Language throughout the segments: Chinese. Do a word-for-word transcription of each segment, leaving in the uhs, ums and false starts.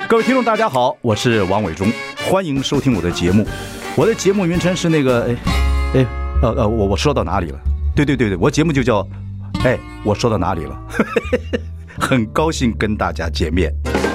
各位听众大家好，我是王伟忠，欢迎收听我的节目。我的节目名称是那个哎哎呃呃我我说到哪里了？对对对对，我节目就叫哎我说到哪里了？很高兴跟大家见面。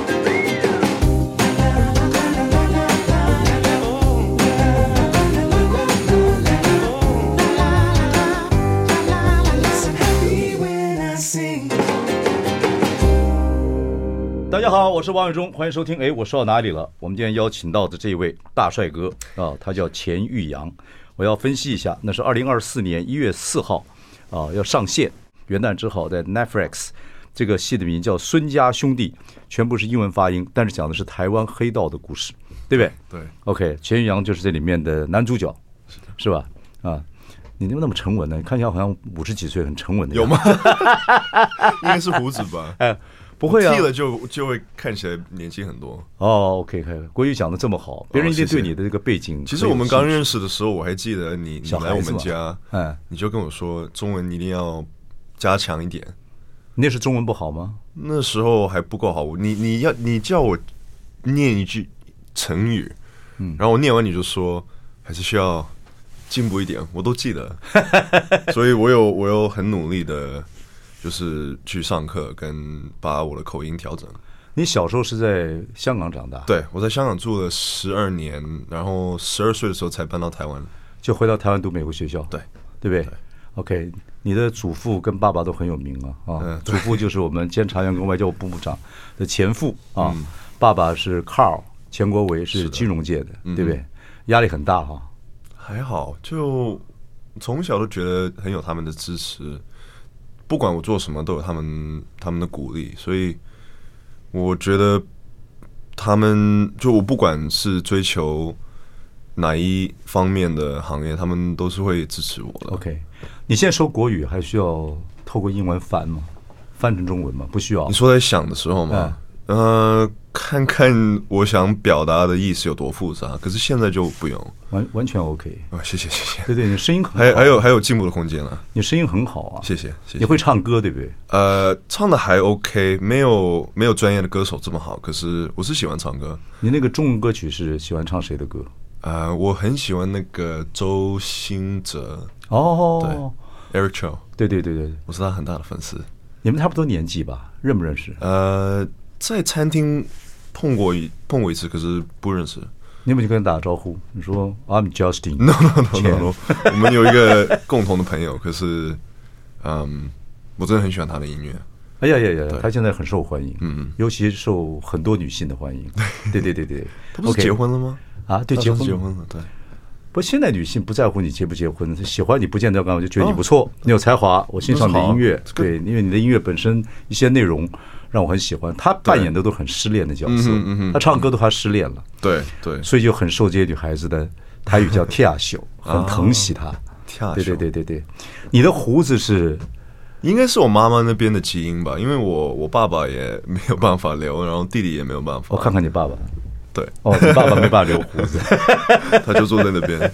大家好，我是王伟忠，欢迎收听。哎，我说到哪里了？我们今天邀请到的这位大帅哥啊，他叫钱玉阳。我要分析一下，那是二零二四年一月四号啊，要上线，元旦之后在 Netflix。这个戏的名叫《孙家兄弟》，全部是英文发音，但是讲的是台湾黑道的故事，对不对？ 对。 OK， 钱玉阳就是这里面的男主角，是, 是吧？啊，你那么沉稳呢？你看起来好像五十几岁，很沉稳的。 有吗？应该是胡子吧？ 哎。不会啊， 剃了就就会看起来年轻很多。 哦 ，OK， 国语讲的这么好，别人一定对你的这个背景。 其实我们刚认识的时候，我还记得你你来我们家，嗯，你就跟我说中文一定要加强一点。 你那时中文不好吗？ 那时候还不够好，你你要你叫我念一句成语，嗯，然后我念完你就说还是需要进步一点，我都记得，所以我有我有很努力的。就是去上课，跟把我的口音调整。 你小时候是在香港长大？ 对，我在香港住了十二年，然后十二岁的时候才搬到台湾， 就回到台湾读美国学校。 对， 对不对？对 ？OK， 你的祖父跟爸爸都很有名啊啊！嗯、祖父就是我们监察院跟外交部部长的前父啊，嗯、爸爸是 Carl 钱国维，是金融界的，的对不对？嗯、压力很大哈、啊。 还好，就从小都觉得很有他们的支持。不管我做什么都有他们他们的鼓励，所以我觉得他们就我不管是追求哪一方面的行业，他们都是会支持我的。 OK， 你现在说国语还需要透过英文翻吗？翻成中文吗？不需要。 你说在想的时候吗？嗯、呃，看看我想表达的意思有多复杂，可是现在就不用， 完完全 OK 啊！谢谢谢谢。 对对，你声音很好， 还还有还有进步的空间啊！ 你声音很好啊！ 谢谢谢谢。 你会唱歌对不对？ 呃，唱的还 OK， 没有没有专业的歌手这么好，可是我是喜欢唱歌。 你那个中文歌曲是喜欢唱谁的歌？ 呃，我很喜欢那个周兴哲哦， 对 ，Eric Chou， 对对对对， 我是他很大的粉丝。 你们差不多年纪吧？认不认识？ 呃。在餐厅碰过一碰过一次，可是不认识。 你有没有跟他打招呼？你说 I'm Justin。 No no no no no。我们有一个共同的朋友，可是，嗯，我真的很喜欢他的音乐。 哎呀呀呀，他现在很受欢迎，嗯，尤其受很多女性的欢迎。对对对对， 他不是结婚了吗？ 啊，对，结婚结婚了，对。 不，现在女性不在乎你结不结婚，喜欢你不见得干嘛，就觉得你不错，你有才华，我欣赏你的音乐。对，因为你的音乐本身一些内容。让我很喜欢，他扮演的都很失恋的角色，他唱歌都还失恋了， 对对， 所以就很受这些女孩子的台语叫“跳秀”，很疼惜他。对对对对对，你的胡子是应该是我妈妈那边的基因吧，因为我我爸爸也没有办法留，然后弟弟也没有办法。 我看看你爸爸， 对， 哦，你爸爸没办法留胡子， 他就坐在那边。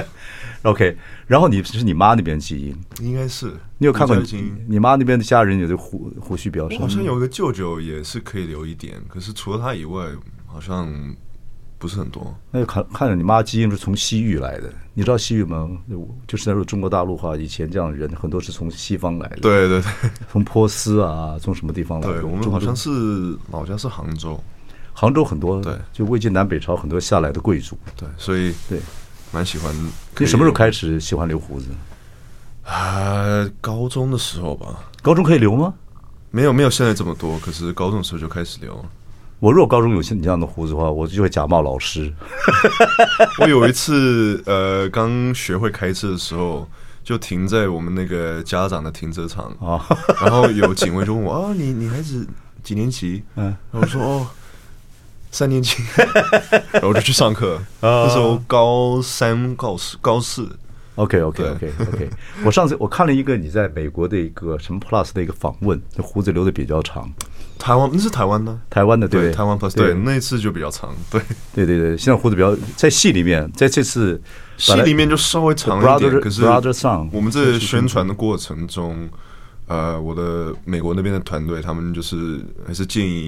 OK， 然后你是你妈那边基因， 应该是你有看过 你, 你妈那边的家人有这胡胡须比较深？ 我好像有个舅舅也是可以留一点，可是除了他以外，好像不是很多。 那就看看着你妈基因是从西域来的，你知道西域吗？就是那时候中国大陆话，以前这样的人很多是从西方来的。 对对对， 从波斯啊，从什么地方来的？ 对，我们好像是老家是杭州， 杭州很多， 对， 就魏晋南北朝很多下来的贵族。 对，所以对。 蛮喜欢。 你什么时候开始喜欢留胡子？ 啊，高中的时候吧。 高中可以留吗？ 没有，没有现在这么多。可是高中的时候就开始留。 我如果高中有像你这样的胡子的话，我就会假冒老师。 我有一次，呃，刚学会开车的时候，就停在我们那个家长的停车场啊，然后有警卫就问我啊，你你孩子几年级？嗯，然后我说哦。三年级，然后我就去上课。那时候高三、高四、高四。 OK OK OK OK。我上次我看了一个你在美国的一个什么 Plus 的一个访问，那胡子留的比较长。 台湾那是台湾的， 台湾的 对, 对台湾 Plus 对那一次就比较长，对对对对，现在胡子比较在戏里面，在这次戏里面就稍微长一点，可是我们这宣传的过程中，呃，我的美国那边的团队他们就是还是建议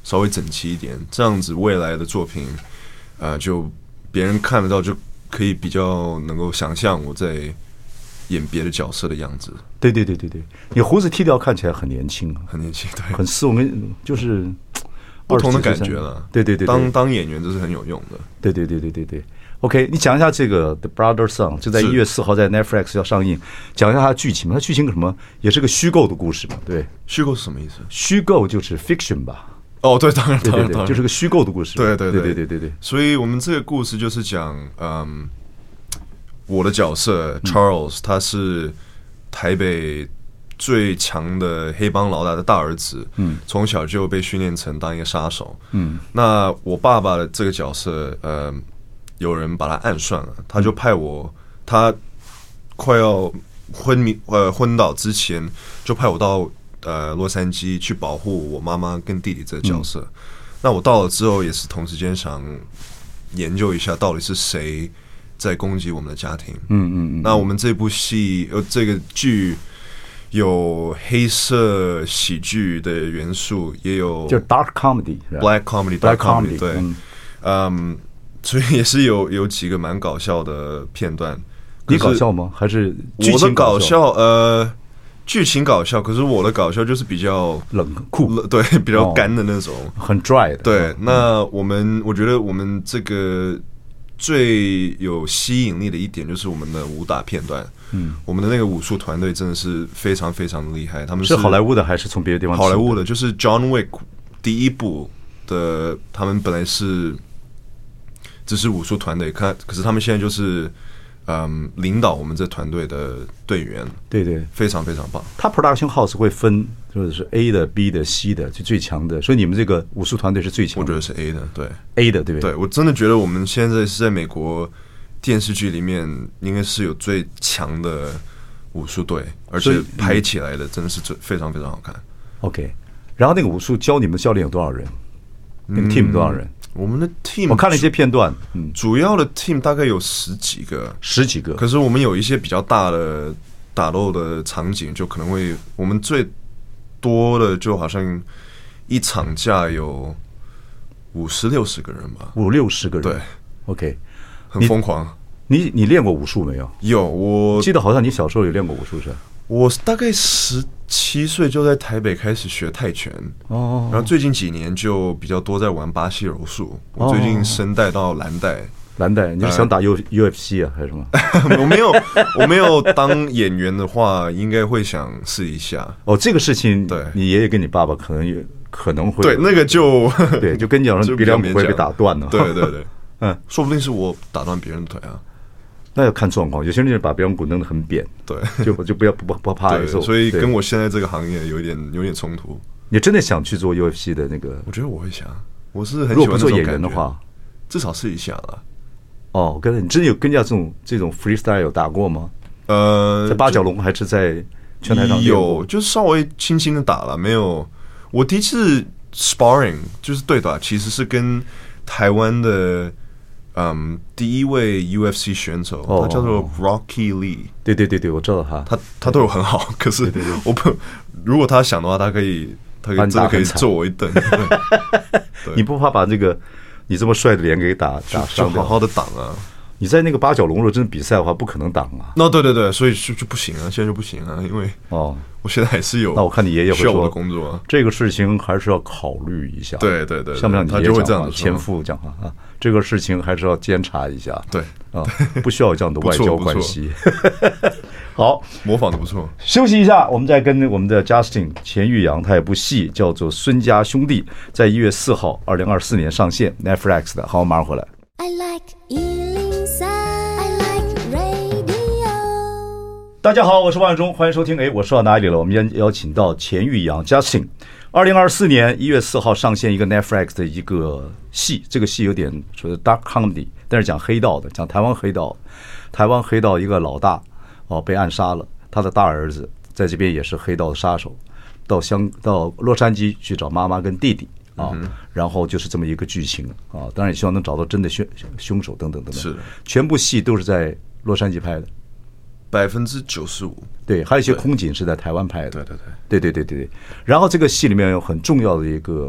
稍微整齐一点，这样子未来的作品，呃，就别人看得到，就可以比较能够想象我在演别的角色的样子。 对对对对对，你胡子剃掉看起来很年轻， 很年轻，对， 很斯文，就是不同的感觉了。 对对对， 当当演员这是很有用的。 对对对对对对。OK， 你讲一下这个《The Brother Song》，就在一月四号在 Netflix 要上映，讲一下它的剧情。它剧情什么？也是个虚构的故事嘛？对， 虚构是什么意思？ 虚构就是 fiction 吧？ 哦，对，当然，当然， 对对对，就是个虚构的故事。 对对对对对对对。 所以我们这个故事就是讲，嗯，我的角色 Charles，、嗯、他是台北最强的黑帮老大的大儿子，嗯，从小就被训练成当一个杀手，嗯。那我爸爸的这个角色，呃。有人把他暗算了，他就派我，他快要昏迷呃昏倒之前，就派我到呃洛杉矶去保护我妈妈跟弟弟这个角色。嗯、那我到了之后，也是同时间想研究一下到底是谁在攻击我们的家庭。嗯嗯嗯。那我们这部戏呃这个剧有黑色喜剧的元素，也有就是 dark comedy，black comedy，black comedy， 对，嗯。嗯所以也是有有几个蛮搞笑的片段。 你搞笑吗？还是我的搞笑？呃，剧情搞笑，可是我的搞笑就是比较冷酷， 对，比较干的那种，哦、 很 dry 的。 对，嗯、那我们我觉得我们这个最有吸引力的一点就是我们的武打片段。嗯，我们的那个武术团队真的是非常非常的厉害。他们 是, 是好莱坞的还是从别的地方？ 好莱坞的，就是 John Wick 第一部的，他们本来是。只是武术团队，看，可是他们现在就是，嗯，领导我们这团队的队员， 对对， 非常非常棒。 他 production house 会分，就是 A 的、B 的、C 的，就最强的。所以你们这个武术团队是最强的。 我觉得是 A 的，对 A 的，对不对？ 对，我真的觉得我们现在是在美国电视剧里面应该是有最强的武术队，而且拍起来的真的是最非常非常好看。 OK， 然后那个武术教你们的教练有多少人？那个 team 多少人？ 嗯我们的 team 我看了一些片段， 嗯，主要的 team 大概有十几个， 十几个。 可是我们有一些比较大的打斗的场景，就可能会我们最多的就好像一场架有五十六十个人吧， 五六十个人。 对 ，OK， 很疯狂。 你你, 你练过武术没有？ 有，我记得好像你小时候有练过武术是吧？ 我大概十七岁就在台北开始学泰拳，哦，然后最近几年就比较多在玩巴西柔术。我最近升带到蓝带， 蓝带，你是想打 U U F C 啊，还是什么？ 我没有，我没有当演员的话，应该会想试一下。 哦，这个事情， 对， 你爷爷跟你爸爸可能也可能会， 对，那个就对，就跟你讲说鼻梁骨会被打断了， 对对对，嗯，说不定是我打断别人的腿啊。 那要看状况，有些人把鼻梁骨弄得很扁， 对， 就就不要不不怕挨揍。 所以跟我现在这个行业有一点有点冲突。 你真的想去做 U F C 的那个？ 我觉得我会想，我是很喜欢那种感觉。如果不做演员的话， 至少试一下了。 哦，跟你真的有跟人家这种这种 freestyle 有打过吗？ 呃， 在八角笼还是在拳台上有，就是稍微轻轻的打了，没有。我第一次 sparring 就是对打，其实是跟台湾的。嗯，第一位 U F C 选手，他叫做 Rocky Lee。 对对对对，我知道他， 他他对我很好。可是我不，如果他想的话，他可以，他可以真的可以揍我一顿。 你不怕把这个你这么帅的脸给打打伤？ 就好好的挡啊！ 你在那个八角笼如果真的比赛的话，不可能挡啊。 那、no, 对对对，所以就就不行啊，现在就不行啊，因为哦，我现在还是有。 那我看你爷爷会说， 需要我的工作啊， 这个事情还是要考虑一下。 对对 对, 对， 像不像你爷爷讲话？前夫讲话啊，这个事情还是要监察一下。 对啊，不需要有这样的外交关系。好， 模仿的不错。 休息一下，我们再跟我们的 Justin 钱玉阳，他有部戏叫做《孙家兄弟》，在一月四号，二零二四年上线 Netflix 的。好，我马上回来。I like 一零三 I like radio。大家好，我是王伟忠，欢迎收听。哎，我说到哪里了？我们今天邀请到钱玉阳 Justin。二零二四年一月四号上线一个 Netflix 的一个戏，这个戏有点说的 dark comedy， 但是讲黑道的，讲台湾黑道。台湾黑道一个老大哦被暗杀了，他的大儿子在这边也是黑道的杀手，到香到洛杉矶去找妈妈跟弟弟。啊，然后就是这么一个剧情啊，当然也希望能找到真的凶凶手等等等等。 是， 全部戏都是在洛杉矶拍的， 百分之九十五。 对，还有一些空景是在台湾拍的。 对对对对对对对对。然后这个戏里面有很重要的一个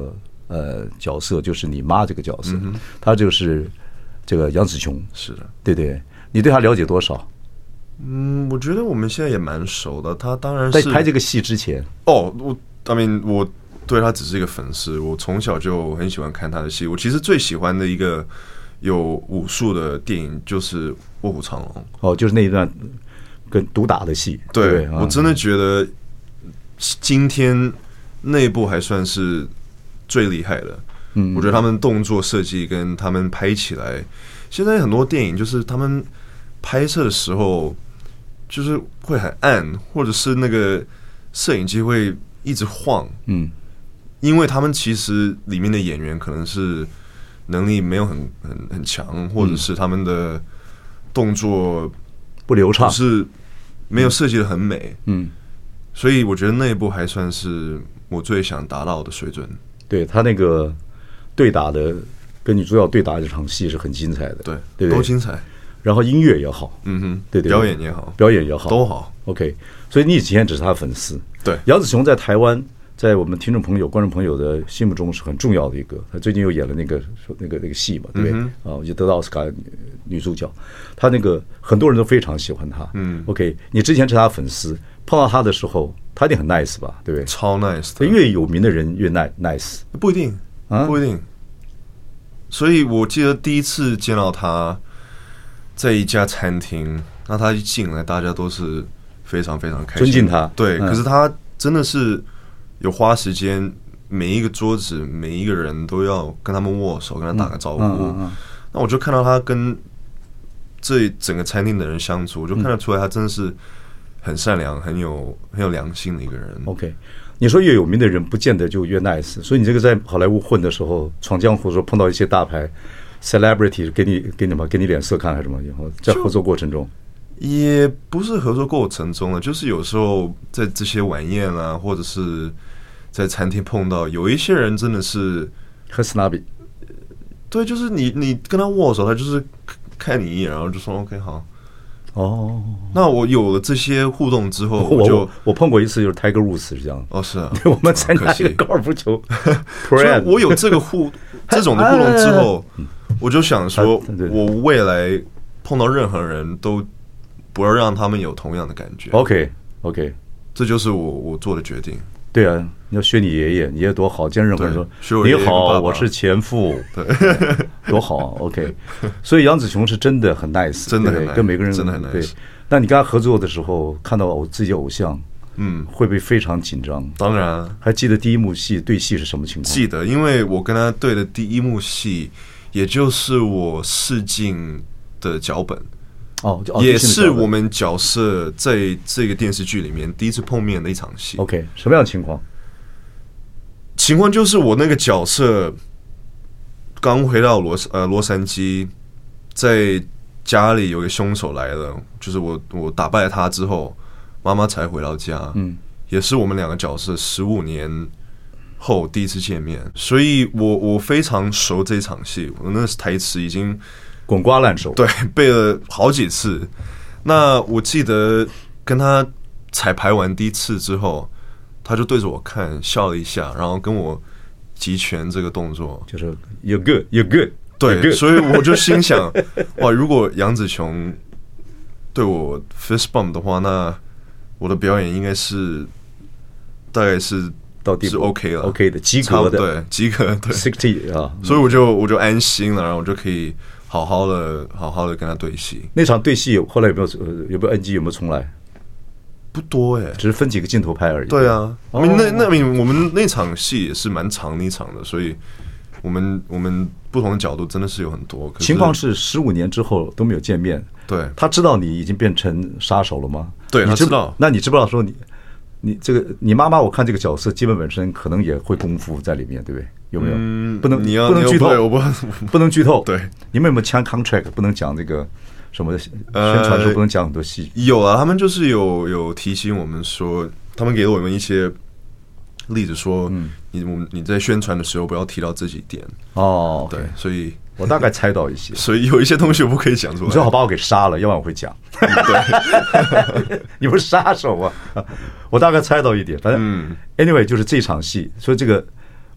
呃角色，就是你妈这个角色，嗯、她就是这个杨紫琼， 是的， 对对，你对她了解多少？ 嗯，我觉得我们现在也蛮熟的。她当然是在拍这个戏之前， 哦，我 I mean 我对她只是一个粉丝，我从小就很喜欢看她的戏。我其实最喜欢的一个有武术的电影就是《卧虎藏龙》， 哦，就是那一段跟毒打的戏。 对， 对我真的觉得今天那一部还算是最厉害的。嗯，我觉得他们动作设计跟他们拍起来，现在很多电影就是他们拍摄的时候就是会很暗，或者是那个摄影机会一直晃。嗯，因为他们其实里面的演员可能是能力没有很很很强，或者是他们的动作不流畅， 是没有设计的很美。嗯，所以我觉得那一部还算是我最想达到的水准。 对，他那个对打的跟女主角对打这场戏是很精彩的， 对， 对， 都精彩。 然后音乐也好， 嗯哼， 对对， 表演也好， 表演也好， 都好。 OK， 所以你以前只是他的粉丝。 对， 杨紫琼在台湾，在我们听众朋友、观众朋友的心目中是很重要的一个。他最近又演了那个那个那个戏嘛，对不对？啊、嗯，就得到奥斯卡女主角。他那个很多人都非常喜欢他。嗯 ，OK， 你之前是他粉丝，碰到他的时候，他一定很 nice 吧？对不对？ 超 nice 的。 越有名的人越 nice， 不一定啊，不一定。所以我记得第一次见到他，在一家餐厅，那他一进来，大家都是非常非常开心， 尊敬他。 对，嗯、可是他真的是有花时间，每一个桌子，每一个人都要跟他们握手，跟他打个招呼。嗯嗯嗯、那我就看到他跟这整个餐厅的人相处，我就看得出来，他真的是很善良、很有很有良心的一个人。 OK。你说越有名的人不见得就越 nice， 所以你这个在好莱坞混的时候，闯江湖的时候碰到一些大牌 celebrity， 给你给你嘛给你脸色看还是什么？然后在合作过程中， 也不是合作过程中了，就是有时候在这些晚宴啊，或者是在餐厅碰到有一些人真的是很 snobby， 对，就是你你跟他握手，他就是看你一眼，然后就说 OK 好。 哦， 那我有了这些互动之后， 我就我碰过一次，就是 Tiger Woods 是这样。 哦，是啊， 我们参加一个高尔夫球，Pro， 我有这个互这种的互动之后，我就想说，我未来碰到任何人都不要让他们有同样的感觉。 OK OK， 这就是我我做的决定。 对啊，你要学你爷爷，你爷爷多好，见任何人说你好，我是前夫，对，多好。OK， 所以杨紫琼是真的很 nice， 真的很 nice， 跟每个人真的很 nice。 对，那你跟他合作的时候，看到我自己偶像，嗯，会不会非常紧张？ 当然， 还记得第一幕戏对戏是什么情况？ 记得，因为我跟他对的第一幕戏，也就是我试镜的脚本。 哦， 也是我们角色在这个电视剧里面第一次碰面的一场戏。 OK， 什么样的情况？ 情况就是我那个角色刚回到罗呃洛杉矶，在家里有个凶手来了，就是我我打败了他之后，妈妈才回到家。嗯，也是我们两个角色十五年后第一次见面，所以我我非常熟这场戏，我那台词已经滚瓜烂熟， 对，背了好几次。那我记得跟他彩排完第一次之后，他就对着我看笑了一下，然后跟我击拳这个动作， 就是 You're good, You're good。 对， you're good 所以我就心想，哇，如果杨紫琼对我 fist bump 的话，那我的表演应该是大概是到地是 OK 了 ，OK 的，及格的， 对，及格，对 sixty 啊， 所以我就我就安心了，然后我就可以好好的好好的跟他对戏。 那场对戏后来有没有呃有没有 N G， 有没有重来？ 不多哎、欸， 只是分几个镜头拍而已。 对啊，哦、那那我们那场戏也是蛮长的一场的，所以我们我们不同的角度真的是有很多。 情况是十五年之后都没有见面， 对， 他知道你已经变成杀手了吗？ 对， 他知道。 那你知不知道说你你这个你妈妈？我看这个角色基本本身可能也会功夫在里面，对不对？有没有？嗯、不能你要不能剧透， 我不不能剧透。 对， 你们有没有签 contract？ 不能讲这个。什么宣传的时候不能讲很多戏、 呃？有啊，他们就是有有提醒我们说，他们给了我们一些例子说，嗯，你我们你在宣传的时候不要提到这几点哦。 对，所以我大概猜到一些， 所以有一些东西我不可以讲出来。 你最好把我给杀了，要不然我会讲。对，你不是杀手啊！我大概猜到一点，反正、嗯、anyway 就是这场戏，所以这个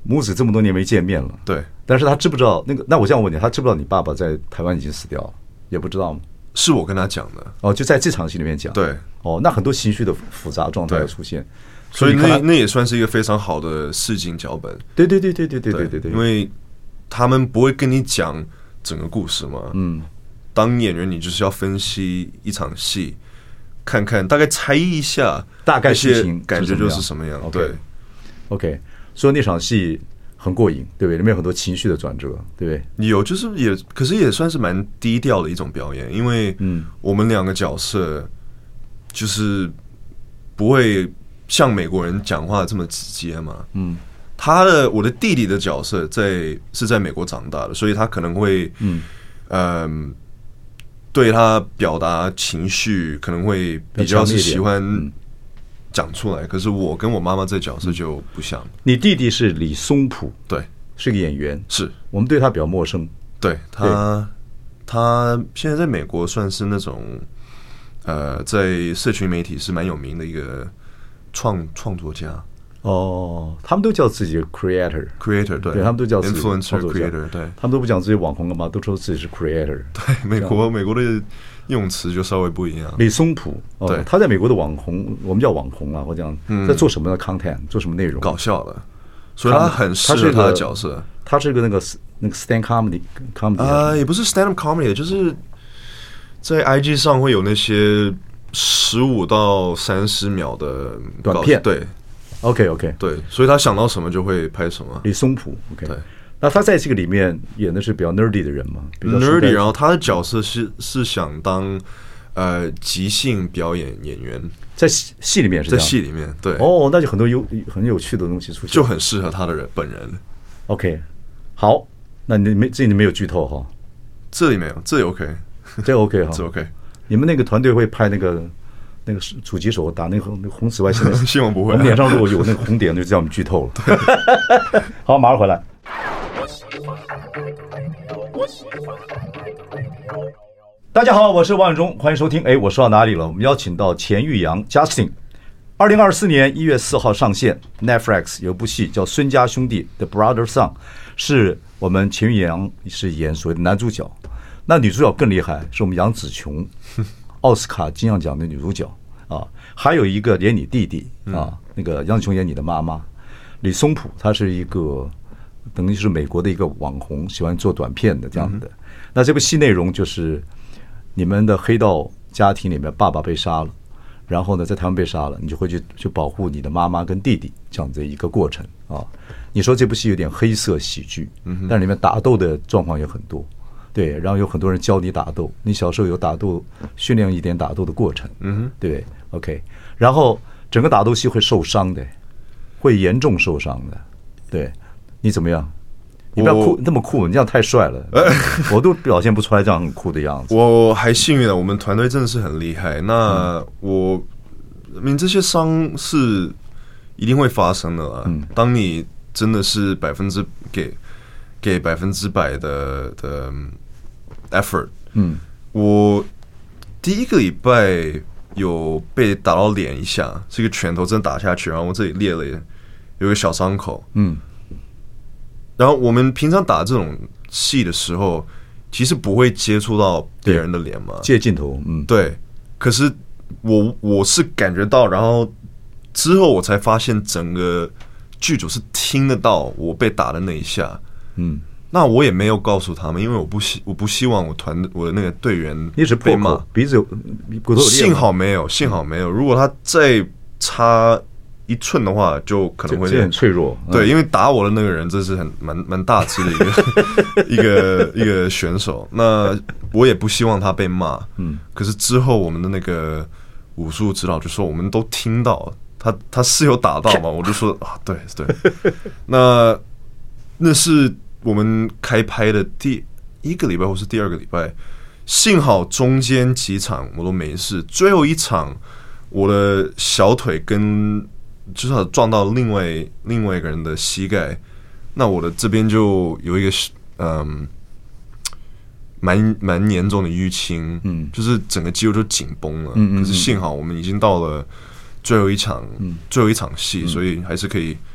母子这么多年没见面了， 对， 但是他知不知道那个？那我这样问你，他知不知道你爸爸在台湾已经死掉了？也不知道吗？ 是我跟他讲的。 哦，就在这场戏里面讲。 对， 哦，那很多情绪的复杂状态出现， 所以那那也算是一个非常好的试镜脚本。 对对对对对对对对对， 因为他们不会跟你讲整个故事嘛。嗯，当演员你就是要分析一场戏，看看大概猜一下大概事情感觉就是什么样。对 ，OK， 所以那场戏很过瘾，对不对？里面有很多情绪的转折，对不对？ 有，就是也，可是也算是蛮低调的一种表演，因为嗯， 我们两个角色就是不会像美国人讲话这么直接嘛。 嗯， 他的我的弟弟的角色在是在美国长大的，所以他可能会嗯呃对他表达情绪可能会比较是喜欢讲出来，可是我跟我妈妈这角色就不像。 你弟弟是李松浦， 对， 是个演员， 是我们对他比较陌生。 对他，他现在在美国算是那种呃，在社群媒体是蛮有名的一个创创作家。 哦，他们都叫自己 creator，creator， 对， 对他们都叫自己 influencer creator， 对， 他们都不讲自己网红干嘛，都说自己是 creator。 对，美国美国的用词就稍微不一样。 李松浦，哦、 对， 他在美国的网红，我们叫网红啊，或这样， 嗯、 在做什么的 content， 做什么内容？ 搞笑的，所以他很适合他的角色。 他是一个那个那个 stand comedy comedy 啊、呃，也不是 stand up comedy， 就是在 I G 上会有那些十五到三十秒的短片， 对。 OK OK， 对，所以他想到什么就会拍什么。 李松浦 OK， 对， 那他在这个里面演的是比较 nerdy 的人嘛，比较 nerdy， 然后他的角色是是想当呃即兴表演演员， 在戏戏里面是这样， 在戏里面对哦，那就很多有很有趣的东西出现， 就很适合他的人本人。 OK， 好，那你没这里没有剧透哈？ 这里没有，这里 OK， 这 OK 哈， 这 OK。 你们那个团队会拍那个？那个狙击手打那个那个红紫外线的， 希望不会、啊。 我们脸上如果有那个红点，就叫我们剧透了。好，马上回来。大家好，我是王永忠，欢迎收听。哎，我说到哪里了？我们邀请到钱玉阳 Justin， 二零二四年一月四号上线 Netflix 有部戏叫《孙家兄弟》The Brother Son， 是我们钱玉阳是演所谓的男主角，那女主角更厉害，是我们杨紫琼。奥斯卡金像奖的女主角啊，还有一个演你弟弟啊，那个杨紫琼演你的妈妈，李松浦，他是一个等于是美国的一个网红，喜欢做短片的这样的。嗯、那这部戏内容就是你们的黑道家庭里面，爸爸被杀了，然后呢在台湾被杀了，你就会去去保护你的妈妈跟弟弟这样的一个过程啊。你说这部戏有点黑色喜剧，但里面打斗的状况也很多。对，然后有很多人教你打斗，你小时候有打斗训练一点打斗的过程，嗯，对 ，OK， 然后整个打斗戏会受伤的，会严重受伤的，对，你怎么样？你不要酷，那么酷，你这样太帅了，我都表现不出来这样很酷的样子。 我还幸运了，我们团队真的是很厉害。那我，你这些伤是一定会发生的啦。嗯，当你真的是百分之给给百分之百的的。effort， 嗯，我第一个礼拜有被打到脸一下，是一个拳头真的打下去，然后我这里裂了有一个小伤口，嗯，然后我们平常打这种戏的时候，其实不会接触到别人的脸嘛， 借镜头，嗯， 对，可是我我是感觉到，然后之后我才发现整个剧组是听得到我被打的那一下，嗯。那我也没有告诉他们，因为我不希我不希望我团我的那个队员一直被骂，鼻子有骨头有裂。 幸好没有，幸好没有。如果他再差一寸的话，就可能会很脆弱。 对，因为打我的那个人真是很蛮蛮大只的一个一个一个选手。那我也不希望他被骂。嗯，可是之后我们的那个武术指导就说，我们都听到他他是有打到嘛？我就说啊，对对。那那是。我们开拍的第一个礼拜或是第二个礼拜，幸好中间几场我都没事，最后一场我的小腿跟就是撞到另外另外一个人的膝盖，那我的这边就有一个嗯蛮蛮严重的淤青，嗯，就是整个肌肉就紧绷了。嗯嗯嗯，可是幸好我们已经到了最后一场，嗯、最后一场戏，嗯、所以还是可以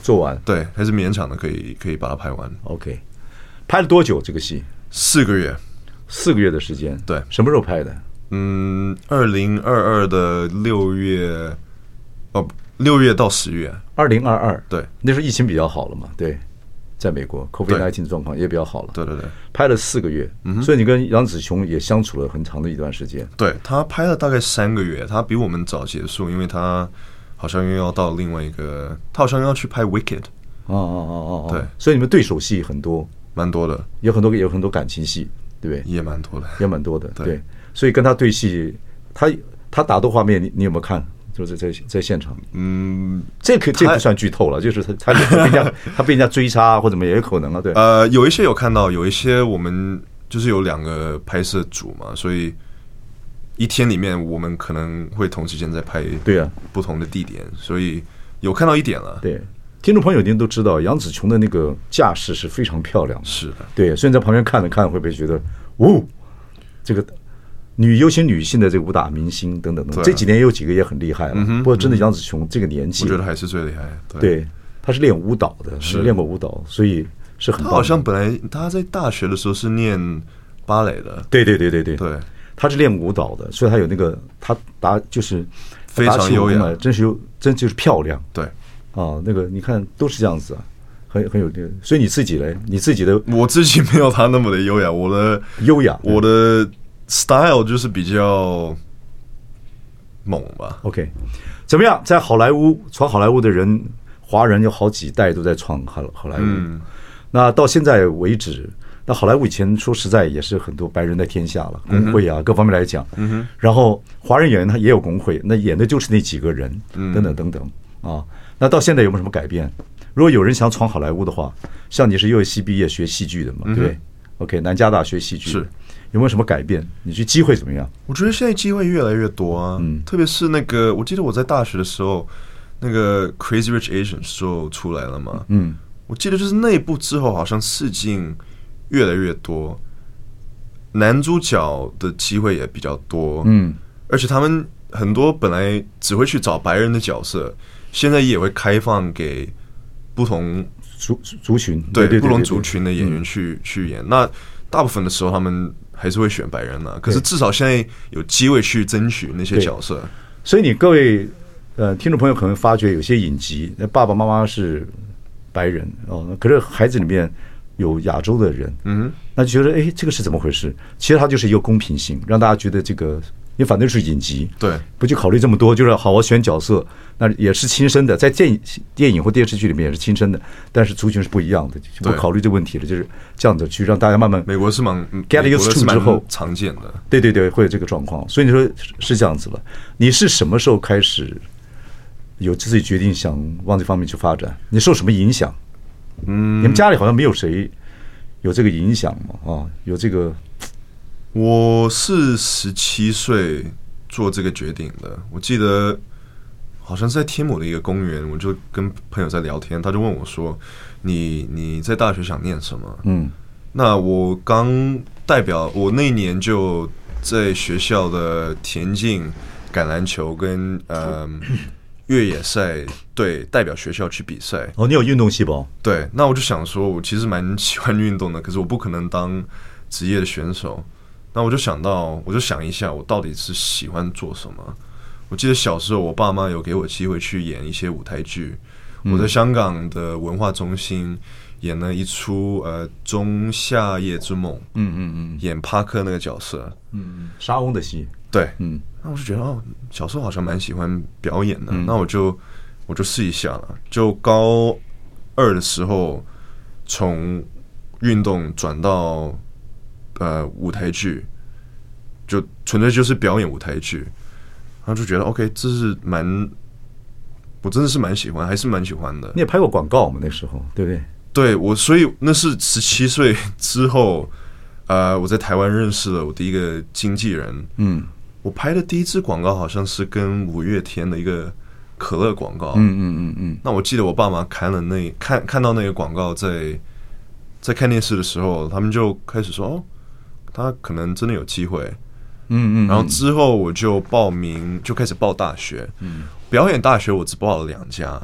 做完， 对，还是勉强的可以可以把它拍完。 OK， 拍了多久这个戏？ 四个月， 四个月的时间。 对， 什么时候拍的？ 嗯，二零二二的六月，哦，六月到十月。 二零二二， 对， 那时候疫情比较好了嘛，对，在美国 COVID 十九 状况也比较好了。 对对对， 拍了四个月，嗯、所以你跟杨紫琼也相处了很长的一段时间。 对，他拍了大概三个月，他比我们早结束，因为他好像又要到另外一个，他好像要去拍 Wicked。 哦哦哦哦， 对， 所以你们对手戏很多， 蛮多的， 有很多有很多感情戏，对不对？ 也蛮多的， 也蛮多的， 对。 对，所以跟他对戏，他他打斗画面，你你有没有看？就是在在现场，嗯，这可这不算剧透了，就是他他被人家他被人家追杀或怎么也有可能啊，对。 呃，有一些有看到，有一些我们就是有两个拍摄组嘛，所以一天里面我们可能会同时间在拍， 对啊，不同的地点，所以有看到一点了。 对，听众朋友一定都知道，杨紫琼的那个架势是非常漂亮的， 是的， 对，所以你在旁边看着看，会不会觉得，哦，这个。女尤其女性的这个武打明星等等等等，这几年也有几个也很厉害了。嗯、不过真的杨紫琼这个年纪， 我觉得还是最厉害。对， 对她是练舞蹈的，是练过舞蹈，所以是很棒的。 她好像本来她在大学的时候是念芭蕾的。 对对对对对对， 她是练舞蹈的，所以她有那个她打就是非常优雅， 真是有真就是漂亮。 对啊，那个你看都是这样子啊。很很有这个，所以你自己嘞，你自己的我自己没有她那么的优雅，我的优雅， 我的。style 就是比较猛吧。 OK， 怎么样？在好莱坞闯好莱坞的人，华人有好几代都在闯好好莱坞、嗯、那到现在为止，那好莱坞以前说实在也是很多白人在天下了，工会啊、嗯、各方面来讲、嗯、然后华人演员他也有工会，那演的就是那几个人、嗯、等等等等啊。那到现在有没有什么改变？如果有人想闯好莱坞的话，像你是 U S C 毕业学戏剧的嘛、嗯、对不对？ OK， 南加大学戏剧， 是有没有什么改变？你觉得机会怎么样？ 我觉得现在机会越来越多啊，嗯，特别是那个，我记得我在大学的时候，那个 Crazy Rich Asians 就出来了嘛，嗯，我记得就是那一部之后，好像试镜越来越多，男主角的机会也比较多，嗯，而且他们很多本来只会去找白人的角色，现在也会开放给不同族族群， 对，对对对对对，不同族群的演员去、嗯、去演。那大部分的时候他们还是会选白人啊，可是至少现在有机会去争取那些角色。 所以你各位呃听众朋友可能发觉有些影集，那爸爸妈妈是白人哦，可是孩子里面有亚洲的人，嗯，那就觉得哎，这个是怎么回事？其实它就是一个公平性，让大家觉得这个。因为反正是影集， 对， 不去考虑这么多，就是好好选角色，那也是亲生的，在电影、电影或电视剧里面也是亲生的，但是族群是不一样的，就不考虑这个问题了，就是这样子去让大家慢慢。 美国是蛮 get used to 之后常见的， 对对对，会有这个状况，所以你说是这样子了。你是什么时候开始有自己决定想往这方面去发展？你受什么影响？嗯，你们家里好像没有谁有这个影响嘛？啊，有这个。 我是十七岁做这个决定的，我记得好像是在天母的一个公园，我就跟朋友在聊天，他就问我说：“你你在大学想念什么？”嗯，那我刚代表我那一年就在学校的田径、橄榄球跟呃越野赛对代表学校去比赛。 哦，你有运动细胞？ 对，那我就想说，我其实蛮喜欢运动的，可是我不可能当职业的选手。那我就想到，我就想一下，我到底是喜欢做什么？我记得小时候，我爸妈有给我机会去演一些舞台剧。我在香港的文化中心演了一出呃《仲夏夜之梦》，嗯嗯嗯，演帕克那个角色，嗯嗯，沙翁的戏， 对，嗯，那我就觉得哦，小时候好像蛮喜欢表演的，嗯、那我就我就试一下了。就高二的时候，从运动转到。呃，舞台剧就纯粹就是表演舞台剧，然后就觉得 OK， 这是蛮，我真的是蛮喜欢，还是蛮喜欢的。 你也拍过广告嘛？那时候对不对？ 对，我所以那是十七岁之后，呃，我在台湾认识了我第一个经纪人。嗯，我拍的第一支广告好像是跟五月天的一个可乐广告。嗯嗯嗯嗯。那我记得我爸妈看了那看看到那个广告在，在看电视的时候，他们就开始说哦。他可能真的有机会，嗯嗯，然后之后我就报名，就开始报大学，嗯，表演大学我只报了两家，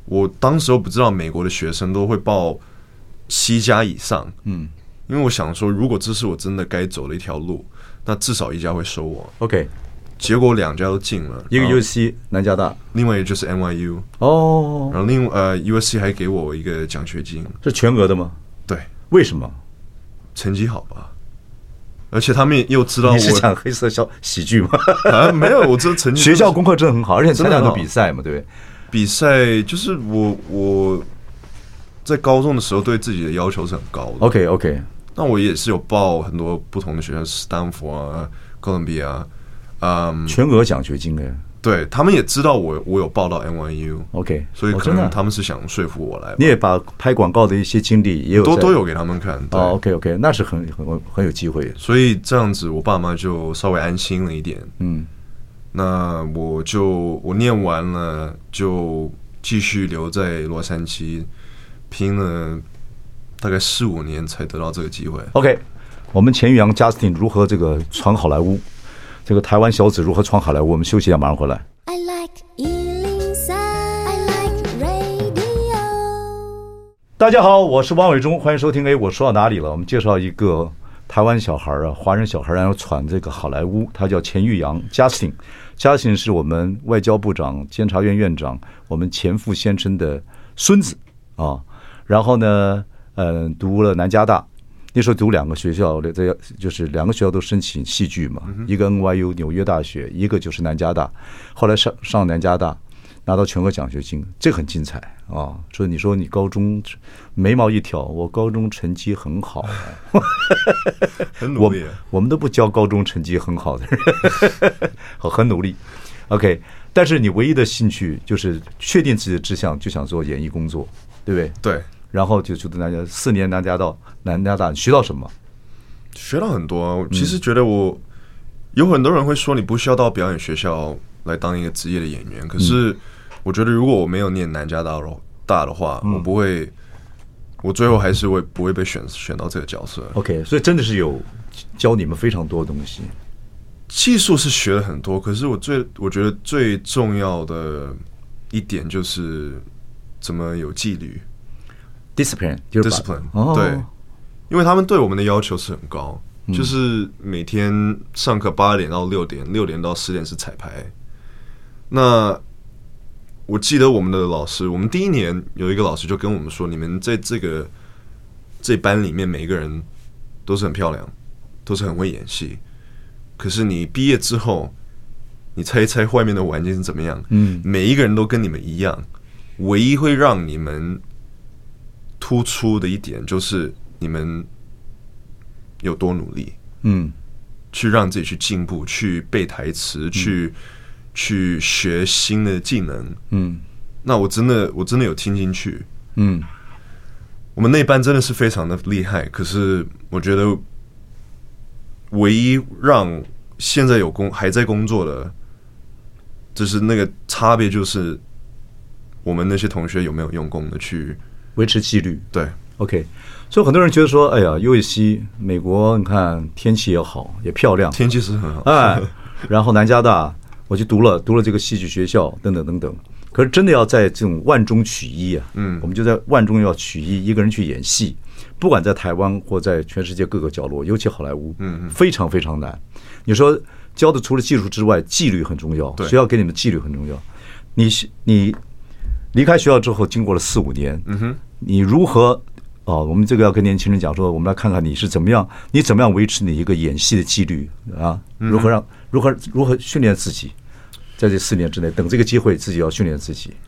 我当时候不知道美国的学生都会报七家以上，嗯，因为我想说，如果这是我真的该走的一条路，那至少一家会收我。 OK， 结果两家都进了， 一个 U S C 南加大， 另外一个就是 N Y U 哦， 然后另呃 U S C 还给我一个奖学金， 是全额的吗？ 对， 为什么？ 成绩好吧。而且他们又知道我你是讲黑色小喜剧吗？ 啊，没有，我这成绩学校功课真的很好，而且参加很多比赛嘛，对不对？ 比赛就是我我在高中的时候对自己的要求是很高的。 OK OK， 那我也是有报很多不同的学校，斯坦福啊、哥伦比亚，嗯， 全额奖学金哎。 对他们也知道我我有报到 N Y U OK， 所以可能他们是想说服我来。 你也把拍广告的一些经历也有都都有给他们看。 哦 OK OK， 那是很很很有机会。 所以这样子，我爸妈就稍微安心了一点。嗯，那我就我念完了，就继续留在洛杉矶，拼了大概四五年才得到这个机会。 OK， 我们钱玉阳 Justin 如何这个闯好莱坞？这个台湾小子如何闯好莱坞？我们休息一下，马上回来。I like 一零三 I like radio。大家好，我是王伟忠，欢迎收听。哎，我说到哪里了？我们介绍一个台湾小孩啊，华人小孩，然后闯这个好莱坞，他叫钱玉阳 Justin。Justin 是我们外交部长、监察院院长，我们前副先生的孙子啊。然后呢，嗯、呃，读了南加大。那时候读两个学校，这就是两个学校都申请戏剧嘛，一个 N Y U 纽约大学，一个就是南加大。后来上上南加大，拿到全额奖学金，这很精彩啊！说你说你高中眉毛一挑，我高中成绩很好， 很努力、啊我，我们都不教高中成绩很好的人，很努力。OK， 但是你唯一的兴趣就是确定自己的志向，就想做演艺工作，对不对？ 对。 然后就去读南加四年南加大，南加大你学到什么？ 学到很多啊！我其实觉得我、嗯、有很多人会说你不需要到表演学校来当一个职业的演员，可是我觉得如果我没有念南加大大的话，嗯、我不会，我最后还是会不会被选选到这个角色。 OK， 所以真的是有教你们非常多的东西。 技术是学了很多，可是我最我觉得最重要的一点就是怎么有纪律。 discipline 就是 discipline、哦、对，因为他们对我们的要求是很高、嗯、就是每天上课八点到六点，六点到十点是彩排。那我记得我们的老师，我们第一年有一个老师就跟我们说，你们在这个这班里面每一个人都是很漂亮，都是很会演戏，可是你毕业之后，你猜一猜外面的环境是怎么样？嗯，每一个人都跟你们一样，唯一会让你们突出的一点就是你们有多努力，嗯，去让自己去进步，去背台词，嗯、去去学新的技能，嗯，那我真的我真的有听进去，嗯，我们那班真的是非常的厉害，可是我觉得唯一让现在有工还在工作的，就是那个差别，就是我们那些同学有没有用功的去维持纪律。 对 ，OK， 所以很多人觉得说，哎呀 ，U S C 美国，你看天气也好，也漂亮， 天气是很好， 哎，然后南加大我去读了读了这个戏剧学校，等等等等。可是真的要在这种万中取一啊，嗯，我们就在万中要取一，一个人去演戏，不管在台湾或在全世界各个角落，尤其好莱坞，嗯，非常非常难。你说教的除了技术之外，纪律很重要，学校给你们纪律很重要。你你。离开学校之后，经过了四五年，嗯哼，你如何？哦，我们这个要跟年轻人讲说，我们来看看你是怎么样，你怎么样维持你一个演戏的纪律啊？如何让如何如何训练自己，在这四年之内，等这个机会，自己要训练自己。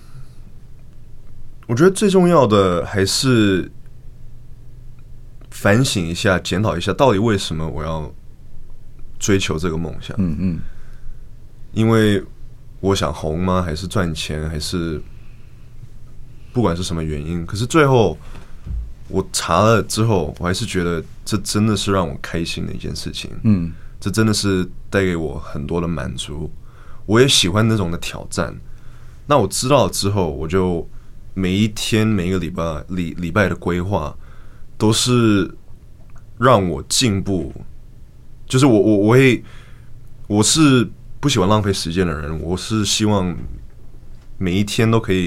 我觉得最重要的还是反省一下，检讨一下，到底为什么我要追求这个梦想？嗯嗯，因为我想红吗？还是赚钱？还是不管是什么原因？可是最后我查了之后，我还是觉得这真的是让我开心的一件事情。嗯，这真的是带给我很多的满足。我也喜欢那种的挑战。那我知道了之后，我就每一天、每一个礼拜、礼礼拜的规划，都是让我进步。就是我我我会，我是不喜欢浪费时间的人，我是希望每一天都可以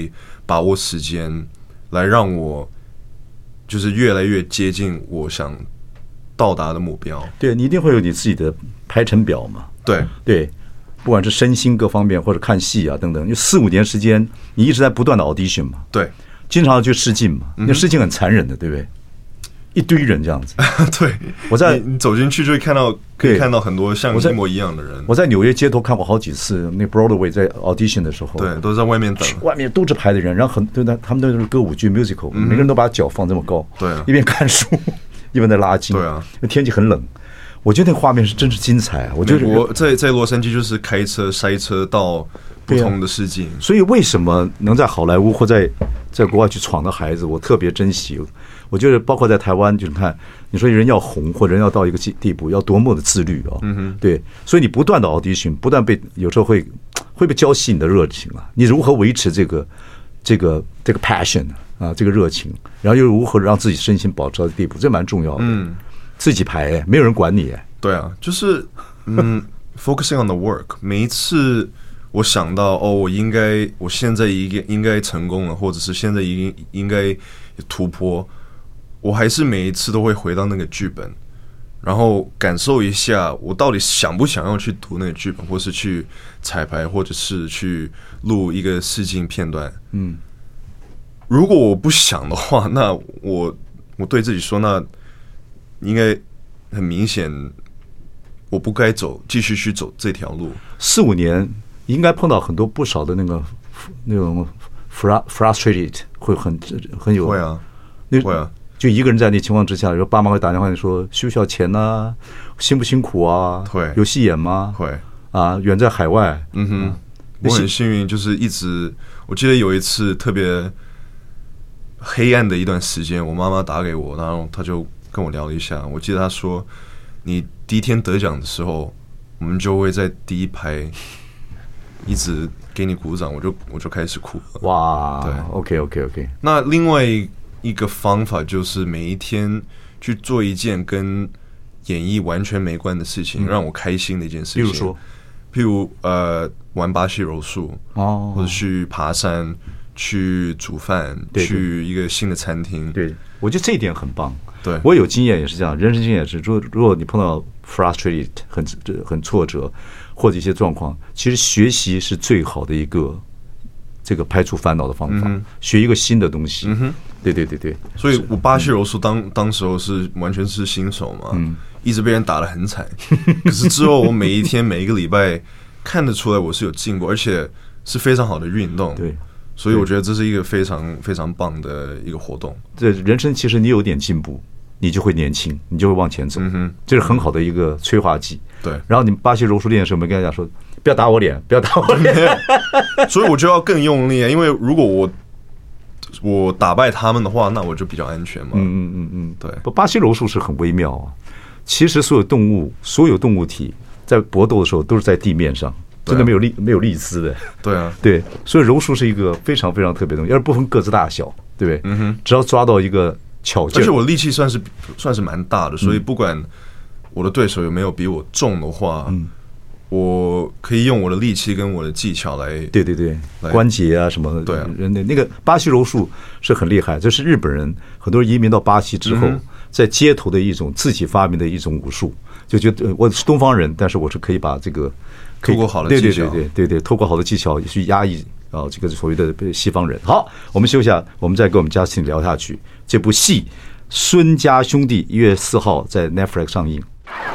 把握时间，来让我就是越来越接近我想到达的目标。 对，你一定会有你自己的排程表嘛。 对对，不管是身心各方面，或者看戏啊等等，就四五年时间，你一直在不断的 audition 嘛。 对， 经常去试镜嘛，那试镜很残忍的，对不对？一堆人这样子。 对， 我在你走进去就会看到，可以看到很多像一模一样的人。 我在纽约街头看过好几次，那 Broadway 在 audition 的时候， 对，都在外面等， 外面都是排的人，然后很对，他们都是歌舞剧 musical，、嗯、每个人都把脚放这么高， 对、啊， 一边看书一边在拉筋， 对啊， 天气很冷，我觉得那个画面是真是精彩啊！我觉得我在在洛杉矶就是开车塞车到不同的世界、啊， 所以为什么能在好莱坞或在在国外去闯的孩子，我特别珍惜。我觉得包括在台湾，就是看你说人要红或人要到一个地步，要多么的自律啊！嗯哼，对，所以你不断的 audition， 不断被有时候会会被浇熄你的热情啊！你如何维持这个这个这个 passion 啊，这个热情，然后又如何让自己身心保持到地步，这蛮重要的。嗯，自己排、欸，没有人管你、欸。 对啊，就是嗯，focusing on the work。每一次我想到哦，我应该，我现在应该应该成功了，或者是现在应应该突破。我还是每一次都会回到那个剧本，然后感受一下我到底想不想要去读那个剧本，或是去彩排，或者是去录一个试镜片段。嗯，如果我不想的话，那我我对自己说，那应该很明显，我不该走，继续去走这条路。 四五年应该碰到很多不少的那个那种 frustrated， 会很很有会啊，会啊。 就一个人在那情况之下，有时候爸妈会打电话说需不需要钱呢、啊？辛不辛苦啊？ 会有戏演吗？ 会啊，远在海外。 嗯哼，嗯我很幸运，就是一直，我记得有一次特别黑暗的一段时间，我妈妈打给我，然后她就跟我聊了一下。我记得她说，你第一天得奖的时候，我们就会在第一排一直给你鼓掌，我就我就开始哭了。 哇， 对 ，OK OK OK。 那另外一个方法就是每一天去做一件跟演艺完全没关的事情，嗯、让我开心的一件事情。 比如说， 譬如呃玩巴西柔术， 哦， 或者去爬山、去煮饭、 对对去一个新的餐厅。 对，我觉得这一点很棒。 对，我有经验也是这样，人生经验也是。如果如果你碰到 frustrated 很很挫折或者一些状况，其实学习是最好的一个这个排除烦恼的方法。嗯、学一个新的东西。嗯哼，对对对对。 所以我巴西柔术当当时候是完全是新手嘛，嗯、一直被人打得很惨。可是之后我每一天每一个礼拜看得出来我是有进步，而且是非常好的运动。 对。 所以我觉得这是一个非常非常棒的一个活动。 这人生其实你有点进步，你就会年轻，你就会往前走。嗯哼，这是很好的一个催化剂。 对。 然后你们巴西柔术练的时候，我们跟大家说，不要打我脸，不要打我脸。 所以我就要更用力，因为如果我我打败他们的话，那我就比较安全嘛。 嗯嗯嗯嗯， 对。 不，巴西柔术是很微妙啊。其实所有动物，所有动物体在搏斗的时候都是在地面上。真的没有立没有立姿的， 对啊， 对，所以柔术是一个非常非常特别的东西，要是不分个子大小，对不对？嗯哼，只要抓到一个巧劲， 而且我力气算是算是蛮大的，所以不管我的对手有没有比我重的话，嗯，我可以用我的力气跟我的技巧来， 对对对，关节啊什么的， 对啊， 人的那个巴西柔术是很厉害，这是日本人很多人移民到巴西之后，嗯、在街头的一种自己发明的一种武术，就觉得我是东方人，但是我是可以把这个。 透过好的技巧， 对对对对对对，透过好的技巧去压抑啊，这个所谓的西方人。好，我们休息下，我们再跟我们嘉庆聊下去。这部戏《孙家兄弟》一月四号在 Netflix 上映。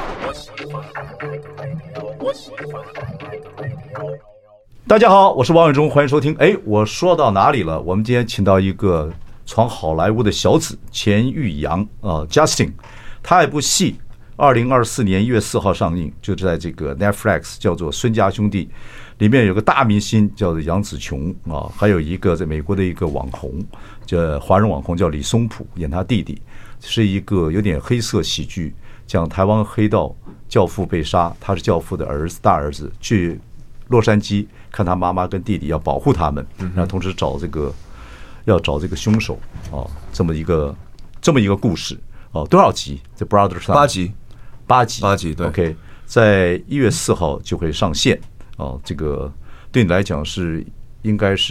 大家好，我是王伟忠，欢迎收听。哎，我说到哪里了？我们今天请到一个闯好莱坞的小子钱玉阳啊 ，Justin， 他有部戏。二零二四年一月四号上映，就在这个 Netflix 叫做《孙家兄弟》，里面有个大明星叫做杨紫琼啊，还有一个在美国的一个网红，叫华人网红叫李松浦，演他弟弟，是一个有点黑色喜剧，讲台湾黑道教父被杀，他是教父的儿子大儿子，去洛杉矶看他妈妈跟弟弟，要保护他们，然后同时找这个要找这个凶手啊，这么一个这么一个故事哦，多少集？这 Brothers 八集。 八集， 八集，对 ，OK， 在一月四号就会上线哦。这个对你来讲是应该是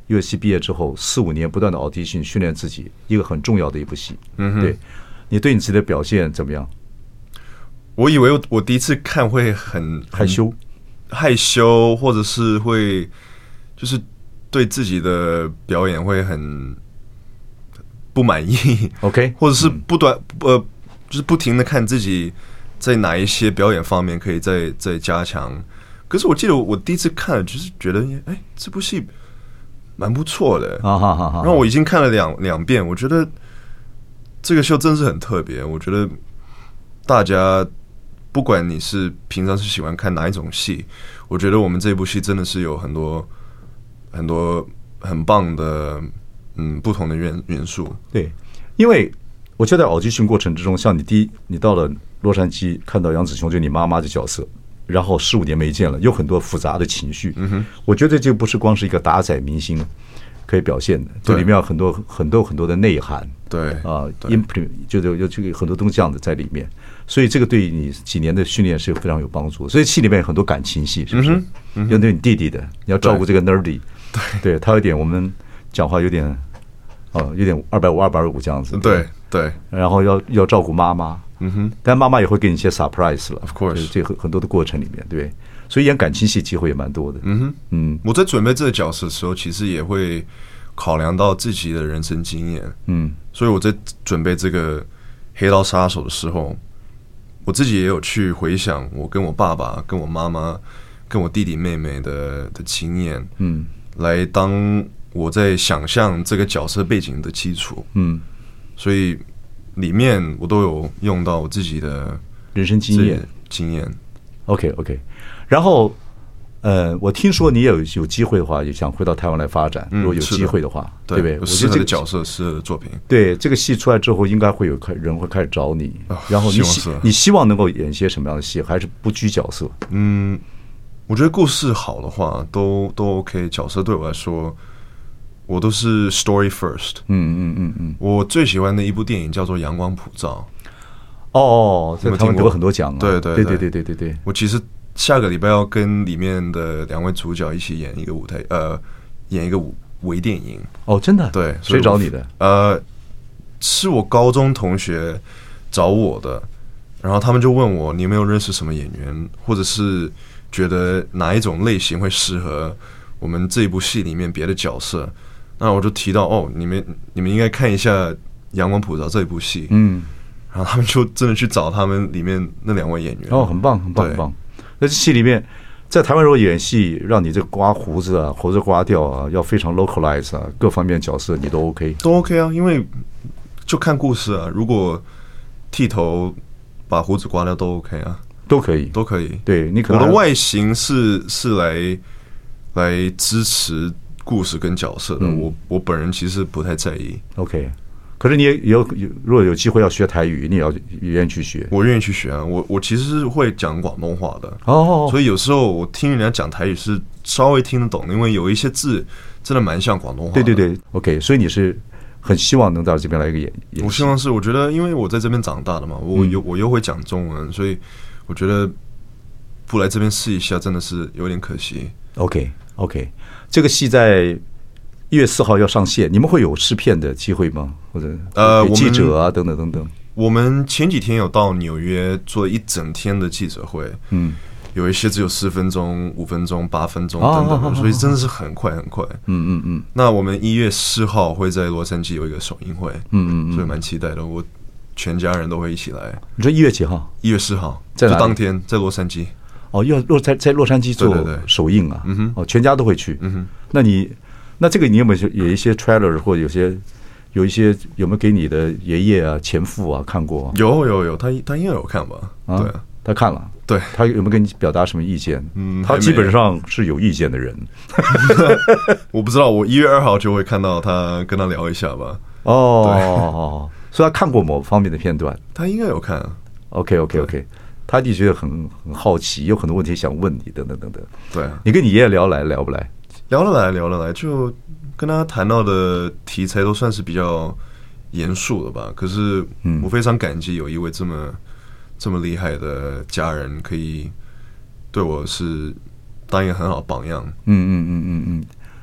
乐系毕业之后四五年不断的 audition 训练自己，一个很重要的一部戏。嗯，对，你对你自己的表现怎么样？ 我以为我第一次看会很害羞， 害羞，或者是会就是对自己的表演会很不满意。 OK， 或者是不断、嗯、呃，就是不停的看自己在哪一些表演方面可以再再加强。可是我记得我第一次看，就是觉得哎，这部戏蛮不错的。 啊哈哈！ 然后我已经看了两两遍，我觉得这个秀真是很特别。我觉得大家不管你是平常是喜欢看哪一种戏，我觉得我们这部戏真的是有很多很多很棒的嗯不同的元元素。 对，因为我就在audition过程之中，像你第一，你到了洛杉矶看到杨紫琼就你妈妈的角色，然后十五年没见了，有很多复杂的情绪。嗯哼，我觉得这不是光是一个打载明星可以表现的，这里面有很多很多很多的内涵。 对啊 ，implement 就有有这个很多东西这样的在里面，所以这个对你几年的训练是非常有帮助。所以戏里面有很多感情戏，是不是？嗯嗯、有对你弟弟的，你要照顾这个 nerdy， 对，对他有点我们讲话有点哦，有点二百五二百五这样子。 对对， 然后要要照顾妈妈，嗯哼，但妈妈也会给你一些 surprise 了 ，of course， 这很很多的过程里面，对不对？所以演感情戏机会也蛮多的。 嗯哼，嗯，我在准备这个角色的时候，其实也会考量到自己的人生经验，嗯，所以我在准备这个黑道杀手的时候，我自己也有去回想我跟我爸爸、跟我妈妈、跟我弟弟妹妹的的经验，嗯，来当我在想象这个角色背景的基础，嗯，所以里面我都有用到我自己的人生经验经验。 OK OK， 然后。呃，我听说你也有有机会的话，也想回到台湾来发展。如果有机会的话， 嗯、 对不对？ 有适合的角色、适合的作品。 对，这个戏出来之后，应该会有人会开始找你。哦、然后你希你希望能够演些什么样的戏，还是不拘角色？ 嗯，我觉得故事好的话，都都 OK。角色对我来说，我都是 story first。嗯嗯嗯嗯。我最喜欢的一部电影叫做《阳光普照》。 哦，在台湾得过很多奖啊！ 对对对对对对对对。 我其实。下个礼拜要跟里面的两位主角一起演一个舞台，呃，演一个微电影。 哦，真的？ 对， 谁找你的？ 呃，是我高中同学找我的，然后他们就问我，你有没有认识什么演员，或者是觉得哪一种类型会适合我们这一部戏里面别的角色？那我就提到，哦，你们你们应该看一下《阳光普照》这一部戏。嗯，然后他们就真的去找他们里面那两位演员。 哦，很棒，很棒，很棒。在戏里面，在台湾如果演戏，让你这个刮胡子啊、胡子刮掉啊，要非常 localize 啊，各方面角色你都 OK， 都 OK 啊，因为就看故事啊。如果剃头、把胡子刮掉都 OK 啊， 都可以， 都可以。 对你可能我的外形是是来来支持故事跟角色的，嗯、我我本人其实不太在意。 OK。可是你也有有，如果有机会要学台语，你也要愿意去学。 我愿意去学啊，我我其实是会讲广东话的哦， 所以有时候我听人家讲台语是稍微听得懂，因为有一些字真的蛮像广东话的。 对对对 ，OK， 所以你是很希望能到这边来一个演演。 我希望是，我觉得因为我在这边长大的嘛，我又、嗯、我又会讲中文，所以我觉得不来这边试一下真的是有点可惜。 OK OK， 这个戏在一月四号要上线，你们会有试片的机会吗？或者呃，记者啊，等等等等。 我们前几天有到纽约做一整天的记者会，嗯，有一些只有四分钟、五分钟、八分钟等等的，所以真的是很快很快。嗯嗯嗯。那我们一月四号会在洛杉矶有一个首映会，嗯嗯，所以蛮期待的。我全家人都会一起来。 你说一月几号？ 一月四号，就当天在洛杉矶。 哦，要洛在在洛杉矶做首映啊？嗯哼，哦，全家都会去。嗯哼，那你。那这个你有没有有一些 trailer 或者有些有一些有没有给你的爷爷啊、前父啊看过、啊？ 有有有，他他应该有看吧？ 啊，对，他看了。 对， 他有没有跟你表达什么意见？嗯，他基本上是有意见的人。 我不知道，我一月二号就会看到他，跟他聊一下吧。 哦，所以他看过某方面的片段， 他应该有看、啊。 OK OK OK， 他就觉得很很好奇，有很多问题想问你，等等等等。 对， 你跟你爷爷聊来聊不来？ 聊得来，聊得来，就跟他谈到的题材都算是比较严肃的吧。可是，我非常感激有一位这么这么厉害的家人，可以对我是当一个很好的榜样。 嗯嗯嗯嗯嗯。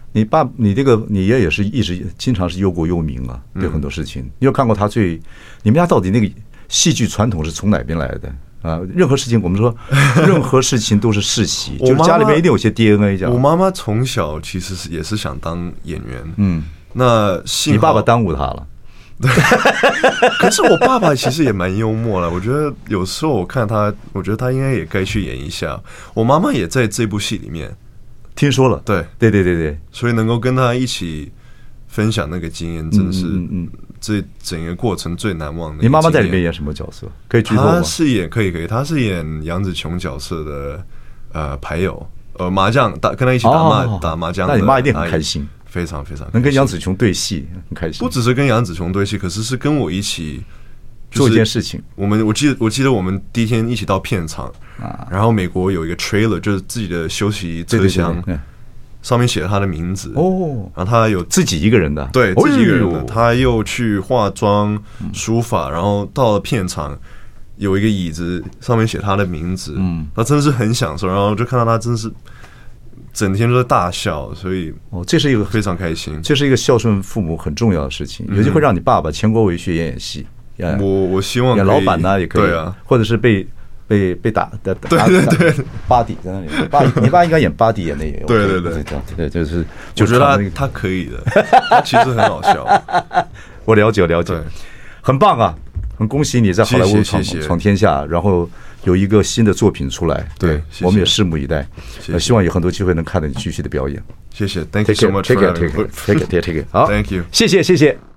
你爸，你这个你爷爷也是一直经常是忧国忧民啊，对很多事情。你有看过他最？你们家到底那个戏剧传统是从哪边来的啊？任何事情我们说，任何事情都是世袭，就是家里面一定有些 D N A 这样。 我妈妈从小其实是也是想当演员，嗯，那幸好你爸爸耽误他了。 可是我爸爸其实也蛮幽默了，我觉得有时候我看他，我觉得他应该也该去演一下。我妈妈也在这部戏里面。 听说了， 对对对对对， 所以能够跟他一起分享那个经验，真的是嗯这整个过程最难忘的。 你妈妈在里面演什么角色？可以剧透吗？ 她是演可以可以，她是演杨紫琼角色的呃牌友，呃麻将打跟他一起打麻、哦、打麻将。 那你妈一定很开心， 非常非常开心能跟杨紫琼对戏，很开心。 不只是跟杨紫琼对戏，可是是跟我一起。 做一件事情， 我们我记得我记得我们第一天一起到片场，啊、然后美国有一个 trailer， 就是自己的休息车厢，对对对对上面写了他的名字哦，然后他有自己一个人的， 对，自己一个人的，他又去化妆、梳发，然后到了片场有一个椅子上面写他的名字，嗯，他真的是很享受，然后就看到他真的是整天都在大笑，所以哦，这是一个非常开心， 这是一个孝顺父母很重要的事情，有些会让你爸爸全国维学演演戏。 我我希望演老板呢也可以， 对啊， 或者是被被被打的， 对对对， 巴迪在那里，巴你爸应该演巴迪演的也有， 对对对对，就是我觉得他他可以的，他其实很好笑， 我了解我了解，很棒啊，很恭喜你在好莱坞闯闯天下，然后有一个新的作品出来，对，我们也拭目以待，希望有很多机会能看到你继续的表演， 谢谢 ，Thank you so much， take it take it take it take it， 好 ，Thank you， 谢谢谢谢。